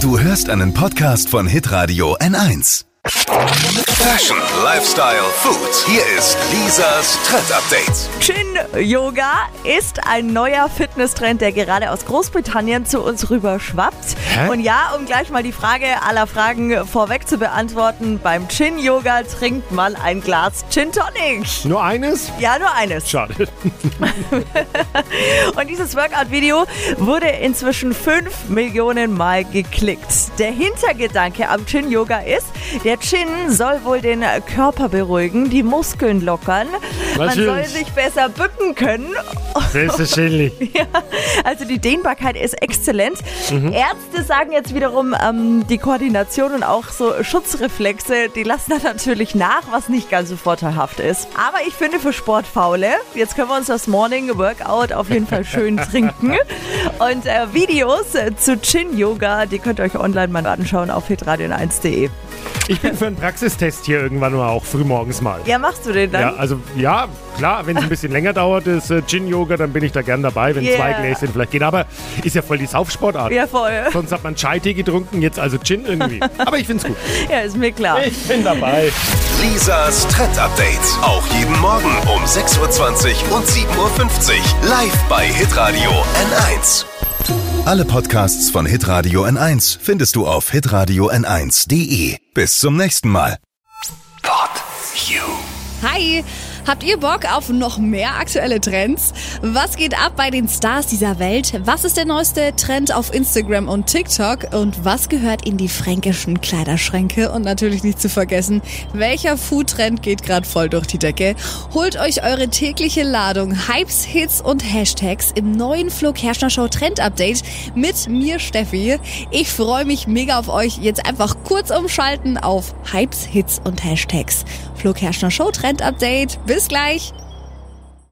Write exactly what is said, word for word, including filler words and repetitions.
Du hörst einen Podcast von Hitradio N eins. Fashion, Lifestyle, Food. Hier ist Lisas Trend Update. Chin-Yoga ist ein neuer Fitnesstrend, der gerade aus Großbritannien zu uns rüber schwappt. Hä? Und ja, um gleich mal die Frage aller Fragen vorweg zu beantworten, beim Chin-Yoga trinkt man ein Glas Gin Tonic. Nur eines? Ja, nur eines. Schade. Und dieses Workout-Video wurde inzwischen fünf Millionen Mal geklickt. Der Hintergedanke am Chin-Yoga ist, der Chin soll wohl den Körper beruhigen, die Muskeln lockern. Man Natürlich. soll sich besser bücken können. Selbstverständlich. Ja, also die Dehnbarkeit ist exzellent. Mhm. Ärzte sagen jetzt wiederum, ähm, die Koordination und auch so Schutzreflexe, die lassen da natürlich nach, was nicht ganz so vorteilhaft ist. Aber ich finde für Sportfaule, jetzt können wir uns das Morning Workout auf jeden Fall schön trinken. Und äh, Videos äh, zu Chin-Yoga, die könnt ihr euch online mal anschauen auf hitradio eins punkt de. Ich bin für einen Praxistest hier irgendwann mal auch frühmorgens mal. Ja, machst du den dann? Ja, also ja, klar, wenn es ein bisschen länger dauert, das äh, Gin-Yoga, dann bin ich da gern dabei, wenn Yeah. zwei Gläschen vielleicht gehen. Aber ist ja voll die Saufsportart. Ja, voll. Sonst hat man Chai-Tee getrunken, jetzt also Gin irgendwie. Aber ich find's gut. Ja, ist mir klar. Ich bin dabei. Lisas Trend Update. Auch jeden Morgen um sechs Uhr zwanzig und sieben Uhr fünfzig. Live bei Hitradio N eins. Alle Podcasts von Hitradio N eins findest du auf hitradio n eins punkt de. Bis zum nächsten Mal. Pod You. Hi, habt ihr Bock auf noch mehr aktuelle Trends? Was geht ab bei den Stars dieser Welt? Was ist der neueste Trend auf Instagram und TikTok? Und was gehört in die fränkischen Kleiderschränke? Und natürlich nicht zu vergessen, welcher Food-Trend geht gerade voll durch die Decke? Holt euch eure tägliche Ladung Hypes, Hits und Hashtags im neuen Flo Kerschner Show Trend Update mit mir, Steffi. Ich freue mich mega auf euch. Jetzt einfach kurz umschalten auf Hypes, Hits und Hashtags. Flo Kerschner Show Trend Update. Bis gleich.